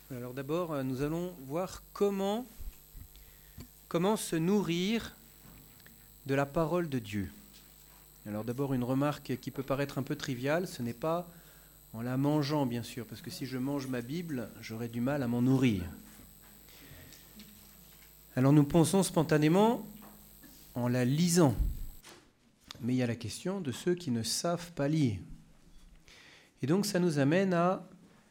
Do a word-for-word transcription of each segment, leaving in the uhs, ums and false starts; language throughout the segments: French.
Alors d'abord, nous allons voir comment, comment se nourrir de la parole de Dieu. Alors d'abord, une remarque qui peut paraître un peu triviale, ce n'est pas en la mangeant, bien sûr, parce que si je mange ma Bible, j'aurai du mal à m'en nourrir. Alors nous pensons spontanément en la lisant, mais il y a la question de ceux qui ne savent pas lire. Et donc ça nous amène à...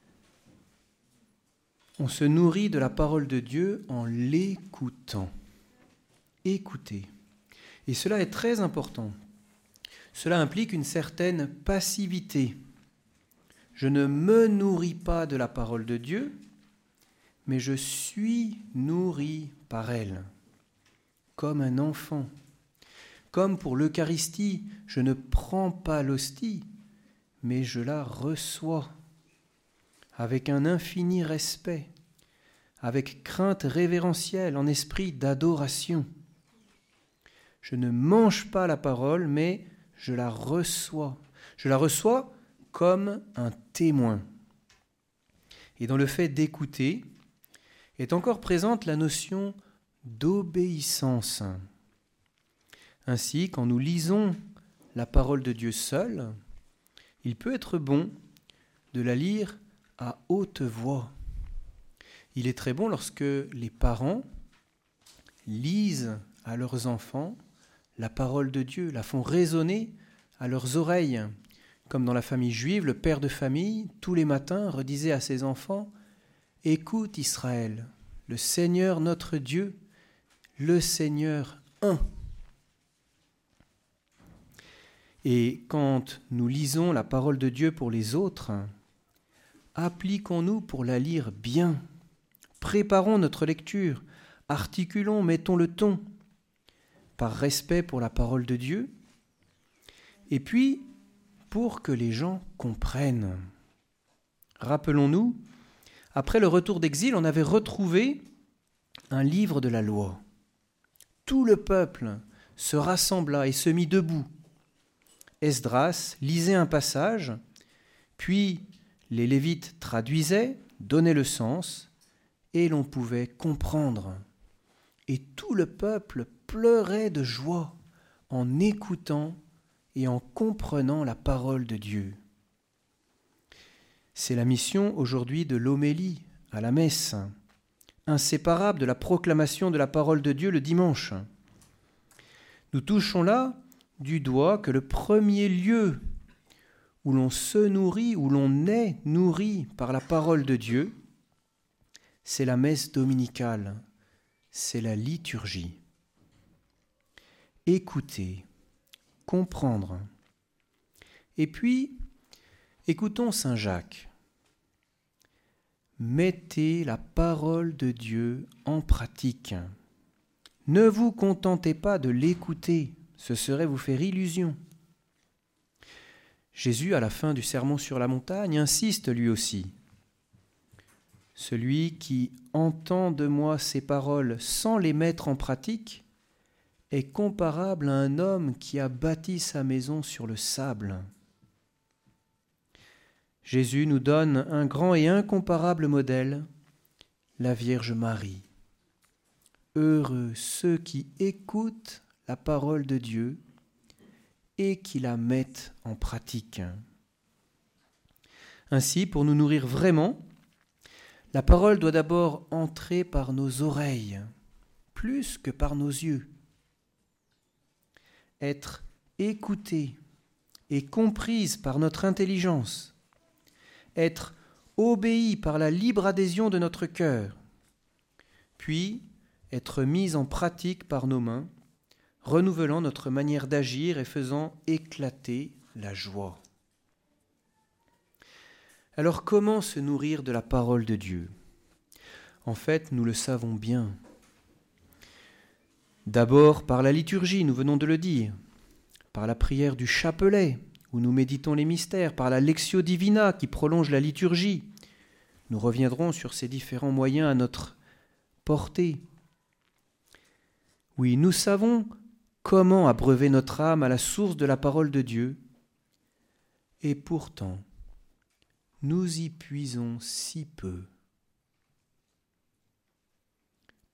On se nourrit de la parole de Dieu en l'écoutant. Écouter. Et cela est très important. Cela implique une certaine passivité. Je ne me nourris pas de la parole de Dieu, mais je suis nourri par elle, comme un enfant. Comme pour l'Eucharistie, je ne prends pas l'hostie, mais je la reçois avec un infini respect, avec crainte révérentielle, en esprit d'adoration. Je ne mange pas la parole, mais je la reçois. Je la reçois comme un témoin. Et dans le fait d'écouter est encore présente la notion d'obéissance. Ainsi, quand nous lisons la parole de Dieu seule, il peut être bon de la lire à haute voix. Il est très bon lorsque les parents lisent à leurs enfants la parole de Dieu, la font résonner à leurs oreilles. Comme dans la famille juive, le père de famille, tous les matins, redisait à ses enfants « Écoute Israël, le Seigneur notre Dieu, le Seigneur un ». Et quand nous lisons la parole de Dieu pour les autres, appliquons-nous pour la lire bien. Préparons notre lecture, articulons, mettons le ton, par respect pour la parole de Dieu, et puis pour que les gens comprennent. Rappelons-nous, après le retour d'exil, on avait retrouvé un livre de la loi. Tout le peuple se rassembla et se mit debout. Esdras lisait un passage, puis les Lévites traduisaient, donnaient le sens, et l'on pouvait comprendre. Et tout le peuple pleurait de joie en écoutant et en comprenant la parole de Dieu. C'est la mission aujourd'hui de l'homélie à la messe, inséparable de la proclamation de la parole de Dieu le dimanche. Nous touchons là du doigt que le premier lieu où l'on se nourrit, où l'on est nourri par la parole de Dieu, c'est la messe dominicale, c'est la liturgie. Écouter, comprendre. Et puis, écoutons Saint Jacques. Mettez la parole de Dieu en pratique. Ne vous contentez pas de l'écouter, ce serait vous faire illusion. Jésus, à la fin du Sermon sur la montagne, insiste lui aussi. Celui qui entend de moi ces paroles sans les mettre en pratique est comparable à un homme qui a bâti sa maison sur le sable. Jésus nous donne un grand et incomparable modèle, la Vierge Marie. Heureux ceux qui écoutent la parole de Dieu et qui la mettent en pratique. Ainsi, pour nous nourrir vraiment, la parole doit d'abord entrer par nos oreilles, plus que par nos yeux. Être écoutée et comprise par notre intelligence. Être obéie par la libre adhésion de notre cœur. Puis, être mise en pratique par nos mains, renouvelant notre manière d'agir et faisant éclater la joie. Alors comment se nourrir de la parole de Dieu ? En fait, nous le savons bien. D'abord par la liturgie, nous venons de le dire, par la prière du chapelet, où nous méditons les mystères, par la Lectio Divina qui prolonge la liturgie. Nous reviendrons sur ces différents moyens à notre portée. Oui, nous savons comment abreuver notre âme à la source de la parole de Dieu, et pourtant, nous y puisons si peu.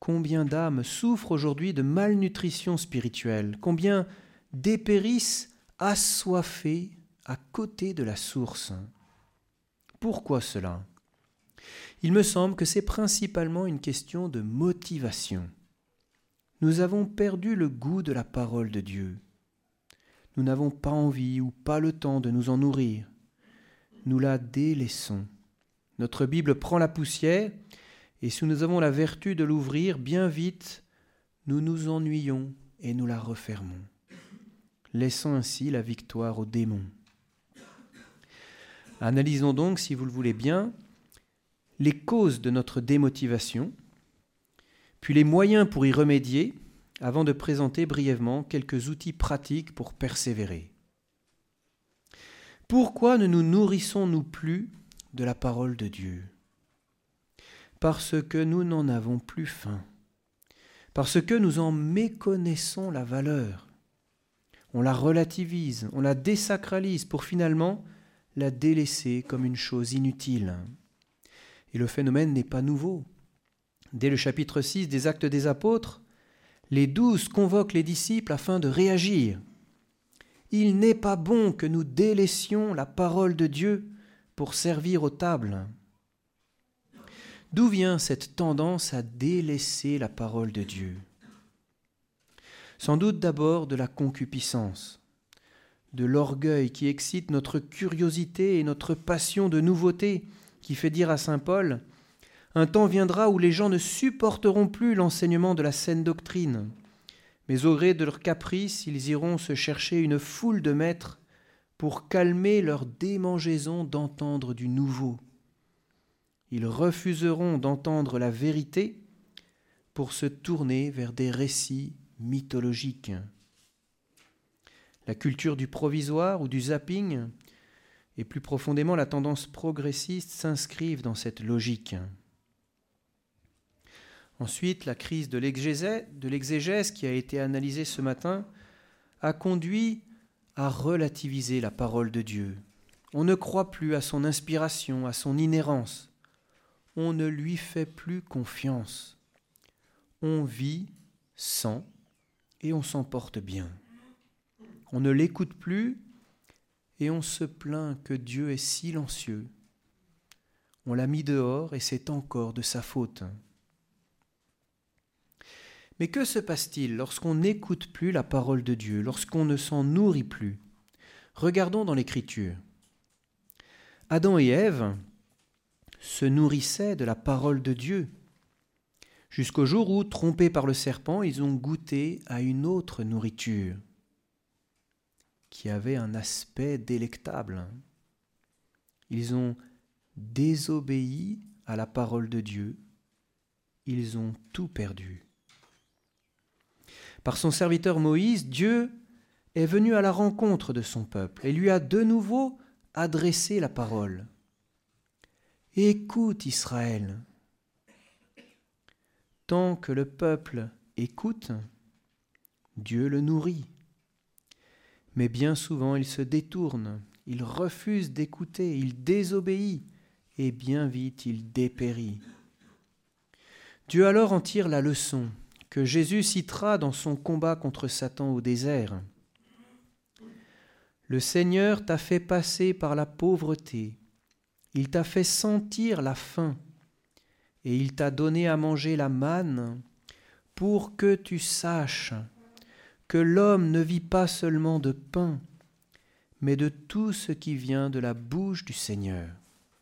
combien d'âmes souffrent aujourd'hui de malnutrition spirituelle, combien dépérissent assoiffés à côté de la source. Pourquoi cela ? Il me semble que c'est principalement une question de motivation. Nous avons perdu le goût de la parole de Dieu. Nous n'avons pas envie ou pas le temps de nous en nourrir. Nous la délaissons. Notre Bible prend la poussière et si nous avons la vertu de l'ouvrir, bien vite, nous nous ennuyons et nous la refermons, laissant ainsi la victoire aux démons. Analysons donc, si vous le voulez bien, les causes de notre démotivation, puis les moyens pour y remédier, avant de présenter brièvement quelques outils pratiques pour persévérer. Pourquoi ne nous nourrissons-nous plus de la parole de Dieu ? Parce que nous n'en avons plus faim, parce que nous en méconnaissons la valeur. On la relativise, on la désacralise pour finalement la délaisser comme une chose inutile. Et le phénomène n'est pas nouveau. Dès le chapitre six des Actes des Apôtres, les douze convoquent les disciples afin de réagir. Il n'est pas bon que nous délaissions la parole de Dieu pour servir aux tables. D'où vient cette tendance à délaisser la parole de Dieu ? Sans doute d'abord de la concupiscence, de l'orgueil qui excite notre curiosité et notre passion de nouveauté, qui fait dire à saint Paul « Un temps viendra où les gens ne supporteront plus l'enseignement de la saine doctrine, mais au gré de leurs caprices, ils iront se chercher une foule de maîtres pour calmer leur démangeaison d'entendre du nouveau. Ils refuseront d'entendre la vérité pour se tourner vers des récits mythologiques. » La culture du provisoire ou du zapping et plus profondément la tendance progressiste s'inscrivent dans cette logique. Ensuite, la crise de l'exégèse, de l'exégèse qui a été analysée ce matin a conduit à relativiser la parole de Dieu. On ne croit plus à son inspiration, à son inhérence. On ne lui fait plus confiance. On vit sans et on s'en porte bien. On ne l'écoute plus et on se plaint que Dieu est silencieux. On l'a mis dehors et c'est encore de sa faute. Mais que se passe-t-il lorsqu'on n'écoute plus la parole de Dieu, lorsqu'on ne s'en nourrit plus ? Regardons dans l'Écriture. Adam et Ève se nourrissaient de la parole de Dieu, jusqu'au jour où, trompés par le serpent, ils ont goûté à une autre nourriture, qui avait un aspect délectable. Ils ont désobéi à la parole de Dieu, ils ont tout perdu. Par son serviteur Moïse, Dieu est venu à la rencontre de son peuple et lui a de nouveau adressé la parole. « Écoute Israël !» Tant que le peuple écoute, Dieu le nourrit. Mais bien souvent il se détourne, il refuse d'écouter, il désobéit et bien vite il dépérit. Dieu alors en tire la leçon que Jésus citera dans son combat contre Satan au désert. Le Seigneur t'a fait passer par la pauvreté, il t'a fait sentir la faim et il t'a donné à manger la manne pour que tu saches que l'homme ne vit pas seulement de pain, mais de tout ce qui vient de la bouche du Seigneur.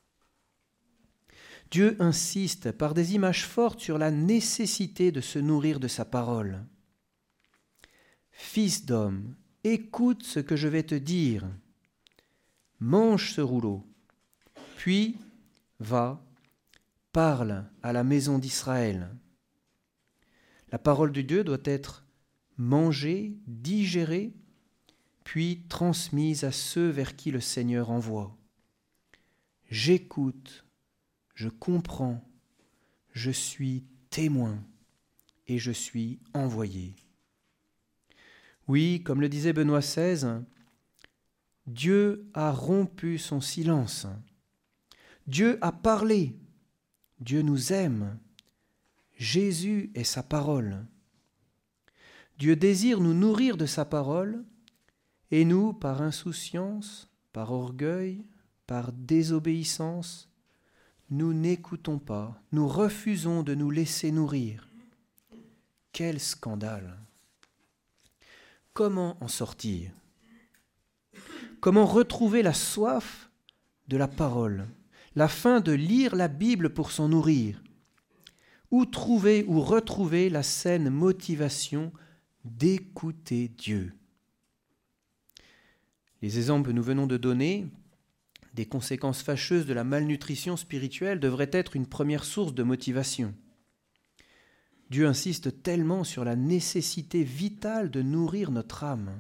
Dieu insiste par des images fortes sur la nécessité de se nourrir de sa parole. « Fils d'homme, écoute ce que je vais te dire. Mange ce rouleau, puis va, parle à la maison d'Israël. » La parole de Dieu doit être mangée, digérée, puis transmise à ceux vers qui le Seigneur envoie. J'écoute, je comprends, je suis témoin et je suis envoyé. Oui, comme le disait Benoît seize, Dieu a rompu son silence. Dieu a parlé. Dieu nous aime. Jésus est sa parole. Dieu désire nous nourrir de sa parole, et nous, par insouciance, par orgueil, par désobéissance, nous n'écoutons pas, nous refusons de nous laisser nourrir. Quel scandale! Comment en sortir? Comment retrouver la soif de la parole, la faim de lire la Bible pour s'en nourrir? Où trouver ou retrouver la saine motivation d'écouter Dieu? Les exemples que nous venons de donner des conséquences fâcheuses de la malnutrition spirituelle devraient être une première source de motivation. Dieu insiste tellement sur la nécessité vitale de nourrir notre âme.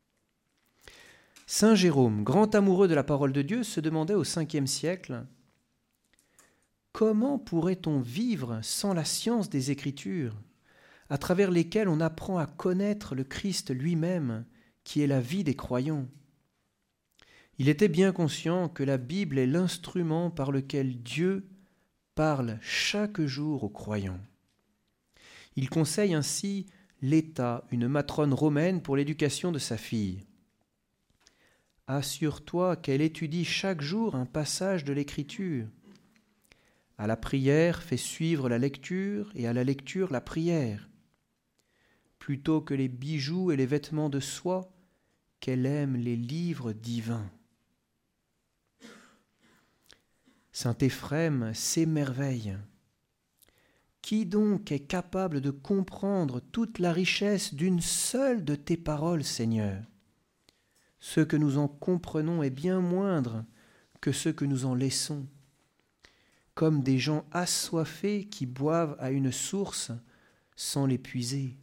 Saint Jérôme, grand amoureux de la parole de Dieu, se demandait au cinquième siècle « Comment pourrait-on vivre sans la science des Écritures, à travers lesquelles on apprend à connaître le Christ lui-même, qui est la vie des croyants ?» Il était bien conscient que la Bible est l'instrument par lequel Dieu parle chaque jour aux croyants. Il conseille ainsi l'État, une matrone romaine, pour l'éducation de sa fille. « Assure-toi qu'elle étudie chaque jour un passage de l'Écriture. À la prière, fais suivre la lecture et à la lecture la prière. Plutôt que les bijoux et les vêtements de soie, qu'elle aime les livres divins. » Saint Éphrem s'émerveille. Qui donc est capable de comprendre toute la richesse d'une seule de tes paroles, Seigneur? Ce que nous en comprenons est bien moindre que ce que nous en laissons, comme des gens assoiffés qui boivent à une source sans l'épuiser.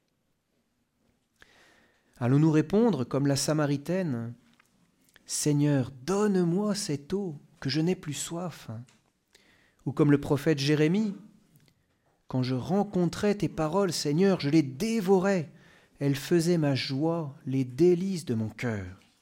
Allons-nous répondre comme la Samaritaine, « Seigneur, donne-moi cette eau, que je n'ai plus soif. » Ou comme le prophète Jérémie, « Quand je rencontrais tes paroles, Seigneur, je les dévorais. Elles faisaient ma joie, les délices de mon cœur. »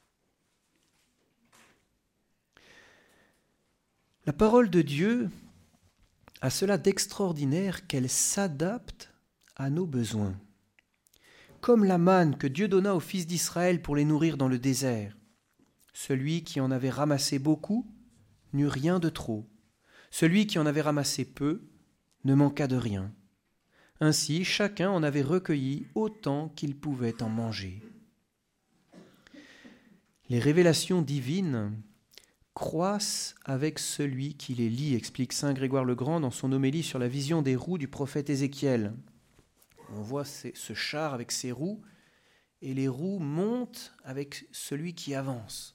La parole de Dieu a cela d'extraordinaire qu'elle s'adapte à nos besoins. Comme la manne que Dieu donna aux fils d'Israël pour les nourrir dans le désert. Celui qui en avait ramassé beaucoup n'eut rien de trop. Celui qui en avait ramassé peu ne manqua de rien. Ainsi, chacun en avait recueilli autant qu'il pouvait en manger. Les révélations divines croissent avec celui qui les lit, explique saint Grégoire le Grand dans son homélie sur la vision des roues du prophète Ézéchiel. On voit ce char avec ses roues, et les roues montent avec celui qui avance.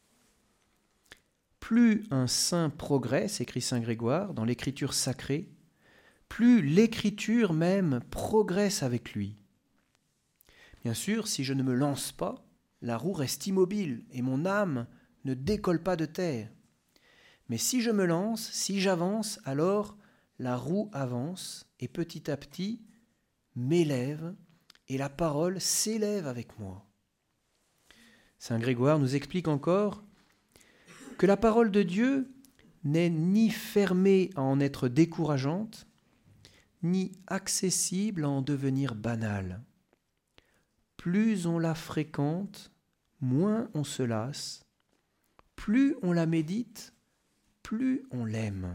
Plus un saint progresse, écrit saint Grégoire, dans l'écriture sacrée, plus l'écriture même progresse avec lui. Bien sûr, si je ne me lance pas, la roue reste immobile et mon âme ne décolle pas de terre. Mais si je me lance, si j'avance, alors la roue avance et petit à petit m'élève et la parole s'élève avec moi. Saint Grégoire nous explique encore que la parole de Dieu n'est ni fermée à en être décourageante, ni accessible à en devenir banale. Plus on la fréquente, moins on se lasse, plus on la médite, plus on l'aime.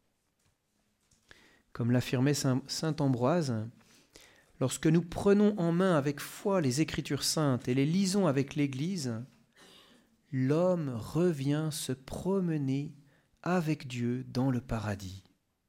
Comme l'affirmait saint, saint Ambroise, lorsque nous prenons en main avec foi les Écritures saintes et les lisons avec l'Église, l'homme revient se promener avec Dieu dans le paradis.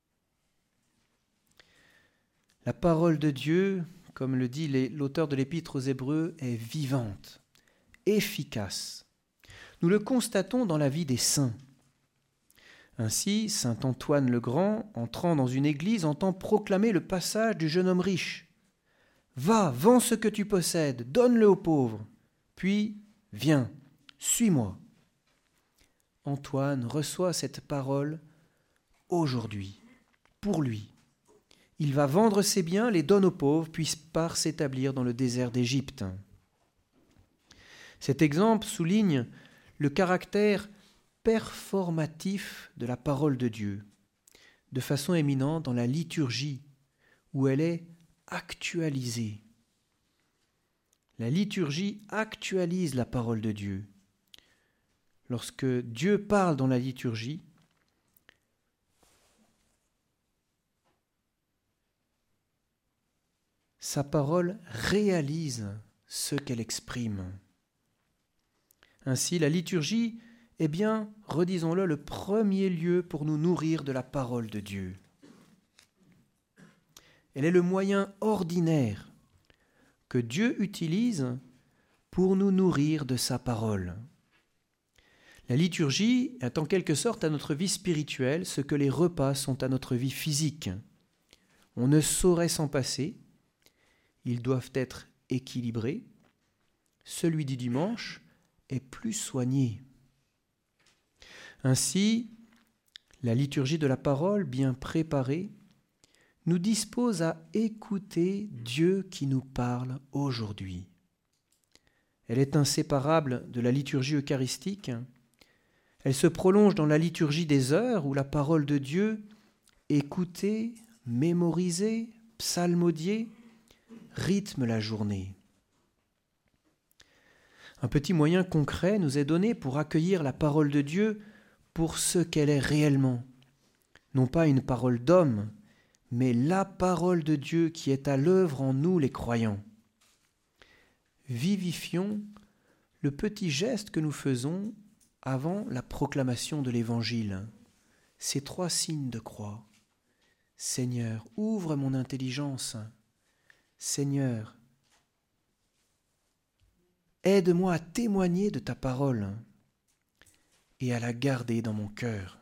La parole de Dieu, comme le dit l'auteur de l'Épître aux Hébreux, est vivante, efficace. Nous le constatons dans la vie des saints. Ainsi, saint Antoine le Grand, entrant dans une église, entend proclamer le passage du jeune homme riche. « Va, vends ce que tu possèdes, donne-le aux pauvres, puis viens, suis-moi. » Antoine reçoit cette parole aujourd'hui, pour lui. Il va vendre ses biens, les donne aux pauvres, puis part s'établir dans le désert d'Égypte. Cet exemple souligne le caractère performatif de la parole de Dieu, de façon éminente dans la liturgie, où elle est actualisée. La liturgie actualise la parole de Dieu. Lorsque Dieu parle dans la liturgie, sa parole réalise ce qu'elle exprime. Ainsi, la liturgie est bien, redisons-le, le premier lieu pour nous nourrir de la parole de Dieu. Elle est le moyen ordinaire que Dieu utilise pour nous nourrir de sa parole. La liturgie est en quelque sorte à notre vie spirituelle ce que les repas sont à notre vie physique. On ne saurait s'en passer, ils doivent être équilibrés. Celui du dimanche est plus soigné. Ainsi, la liturgie de la parole, bien préparée, nous dispose à écouter Dieu qui nous parle aujourd'hui. Elle est inséparable de la liturgie eucharistique. Elle se prolonge dans la liturgie des heures où la parole de Dieu, écoutée, mémorisée, psalmodiée, rythme la journée. Un petit moyen concret nous est donné pour accueillir la parole de Dieu pour ce qu'elle est réellement. Non pas une parole d'homme, mais la parole de Dieu qui est à l'œuvre en nous les croyants. Vivifions le petit geste que nous faisons avant la proclamation de l'Évangile. Ces trois signes de croix. Seigneur, ouvre mon intelligence. Seigneur, aide-moi à témoigner de ta parole et à la garder dans mon cœur.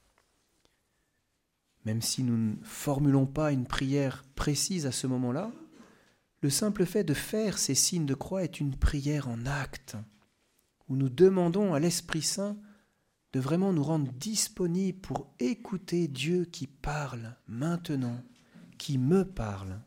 Même si nous ne formulons pas une prière précise à ce moment-là, le simple fait de faire ces signes de croix est une prière en acte, où nous demandons à l'Esprit Saint de vraiment nous rendre disponibles pour écouter Dieu qui parle maintenant, qui me parle.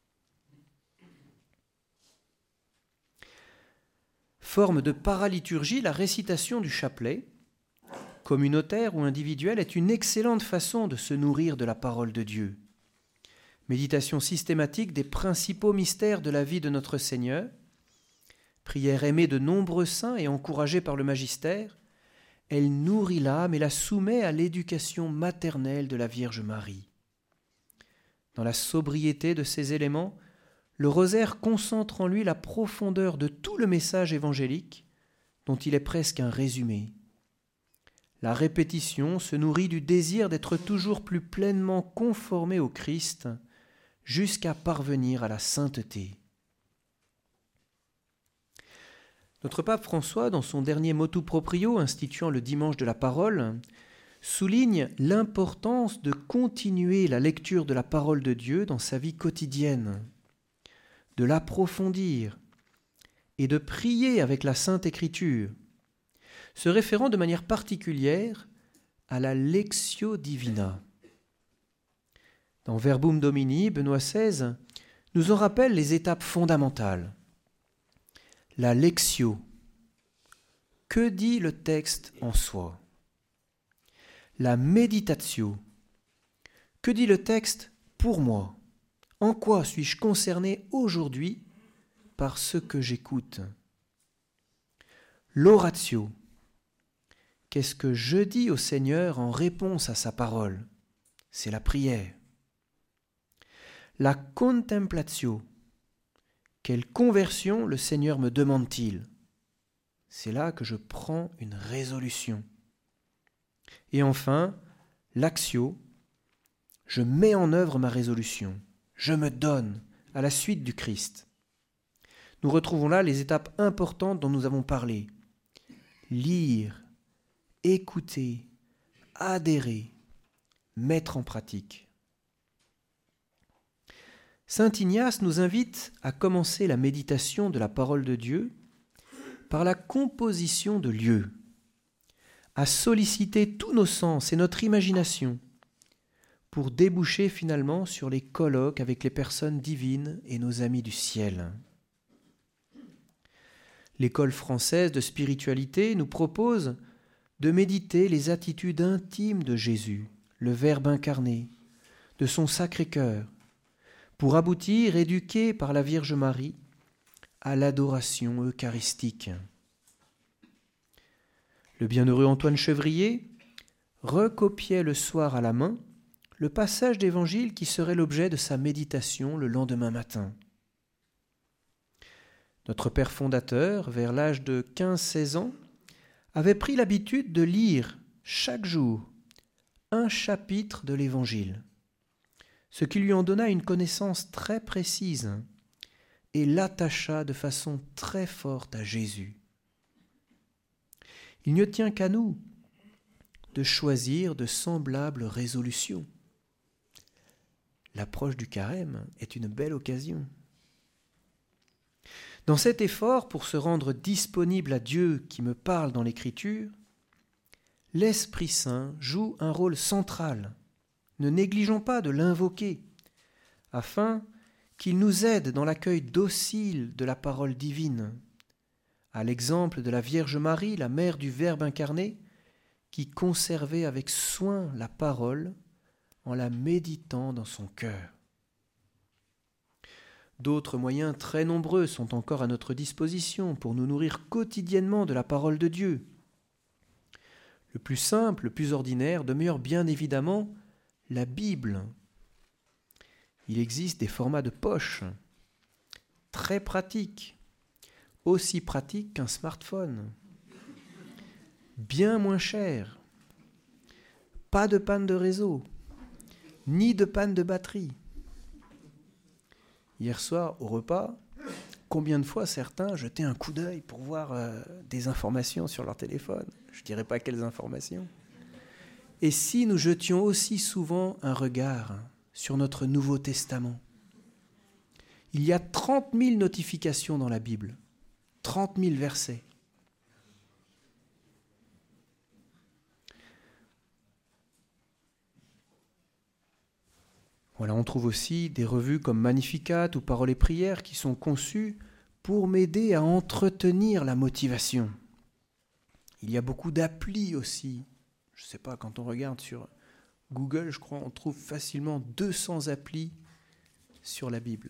Forme de paraliturgie, la récitation du chapelet, communautaire ou individuelle, est une excellente façon de se nourrir de la parole de Dieu. Méditation systématique des principaux mystères de la vie de notre Seigneur, prière aimée de nombreux saints et encouragée par le magistère, elle nourrit l'âme et la soumet à l'éducation maternelle de la Vierge Marie. Dans la sobriété de ces éléments, le rosaire concentre en lui la profondeur de tout le message évangélique, dont il est presque un résumé. La répétition se nourrit du désir d'être toujours plus pleinement conformé au Christ, jusqu'à parvenir à la sainteté. Notre pape François, dans son dernier motu proprio instituant le dimanche de la parole, souligne l'importance de continuer la lecture de la parole de Dieu dans sa vie quotidienne, de l'approfondir et de prier avec la Sainte Écriture, se référant de manière particulière à la Lectio Divina. Dans Verbum Domini, Benoît seize nous en rappelle les étapes fondamentales. La Lectio. Que dit le texte en soi? La Meditatio. Que dit le texte pour moi? En quoi suis-je concerné aujourd'hui par ce que j'écoute? L'Oratio. Qu'est-ce que je dis au Seigneur en réponse à sa parole? C'est la prière. La Contemplatio. Quelle conversion le Seigneur me demande-t-il? C'est là que je prends une résolution. Et enfin, l'Actio. Je mets en œuvre ma résolution. Je me donne à la suite du Christ. Nous retrouvons là les étapes importantes dont nous avons parlé. Lire, écouter, adhérer, mettre en pratique. Saint Ignace nous invite à commencer la méditation de la parole de Dieu par la composition de lieux, à solliciter tous nos sens et notre imagination pour déboucher finalement sur les colloques avec les personnes divines et nos amis du ciel. L'école française de spiritualité nous propose de méditer les attitudes intimes de Jésus, le Verbe incarné, de son Sacré-Cœur, pour aboutir, éduqués par la Vierge Marie, à l'adoration eucharistique. Le bienheureux Antoine Chevrier recopiait le soir à la main le passage d'évangile qui serait l'objet de sa méditation le lendemain matin. Notre père fondateur, vers l'âge de quinze seize ans, avait pris l'habitude de lire chaque jour un chapitre de l'Évangile, ce qui lui en donna une connaissance très précise et l'attacha de façon très forte à Jésus. Il ne tient qu'à nous de choisir de semblables résolutions. L'approche du carême est une belle occasion. Dans cet effort pour se rendre disponible à Dieu qui me parle dans l'Écriture, l'Esprit Saint joue un rôle central. Ne négligeons pas de l'invoquer, afin qu'il nous aide dans l'accueil docile de la parole divine, à l'exemple de la Vierge Marie, la mère du Verbe incarné, qui conservait avec soin la parole en la méditant dans son cœur. D'autres moyens très nombreux sont encore à notre disposition pour nous nourrir quotidiennement de la parole de Dieu. Le plus simple, le plus ordinaire demeure bien évidemment la Bible. Il existe des formats de poche, très pratiques, aussi pratiques qu'un smartphone, bien moins chers, pas de panne de réseau, ni de panne de batterie. Hier soir, au repas, combien de fois certains jetaient un coup d'œil pour voir euh, des informations sur leur téléphone ? Je ne dirais pas quelles informations. Et si nous jetions aussi souvent un regard sur notre Nouveau Testament ? Il y a trente mille notifications dans la Bible, trente mille versets. Voilà, on trouve aussi des revues comme Magnificat ou Paroles et prières qui sont conçues pour m'aider à entretenir la motivation. Il y a beaucoup d'applis aussi. Je ne sais pas, quand on regarde sur Google, je crois, on trouve facilement deux cents applis sur la Bible.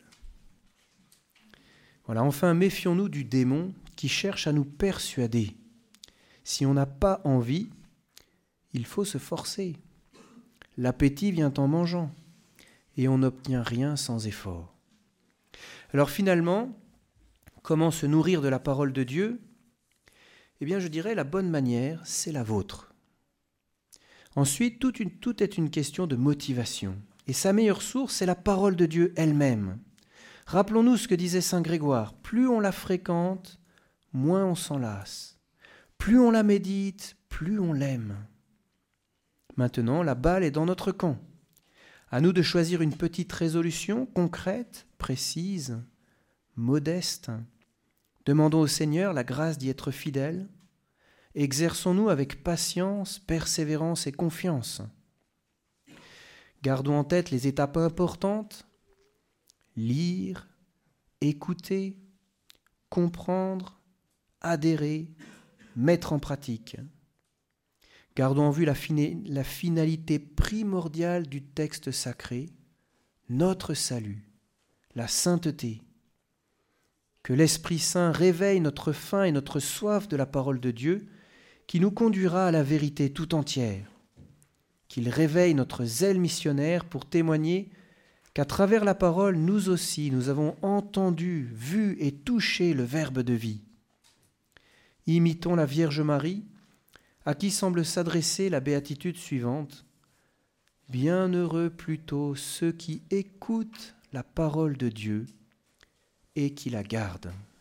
Voilà, enfin, méfions-nous du démon qui cherche à nous persuader. Si on n'a pas envie, il faut se forcer. L'appétit vient en mangeant. Et on n'obtient rien sans effort. Alors finalement, comment se nourrir de la parole de Dieu ? Eh bien, je dirais la bonne manière, c'est la vôtre. Ensuite, tout, une, tout est une question de motivation. Et sa meilleure source, c'est la parole de Dieu elle-même. Rappelons-nous ce que disait saint Grégoire. Plus on la fréquente, moins on s'en lasse. Plus on la médite, plus on l'aime. Maintenant, la balle est dans notre camp. À nous de choisir une petite résolution concrète, précise, modeste. Demandons au Seigneur la grâce d'y être fidèle. Exerçons-nous avec patience, persévérance et confiance. Gardons en tête les étapes importantes. Lire, écouter, comprendre, adhérer, mettre en pratique. Gardons en vue la, fina- la finalité primordiale du texte sacré, notre salut, la sainteté. Que l'Esprit Saint réveille notre faim et notre soif de la parole de Dieu, qui nous conduira à la vérité tout entière. Qu'il réveille notre zèle missionnaire pour témoigner qu'à travers la parole, nous aussi, nous avons entendu, vu et touché le Verbe de vie. Imitons la Vierge Marie, à qui semble s'adresser la béatitude suivante. Bienheureux plutôt ceux qui écoutent la parole de Dieu et qui la gardent.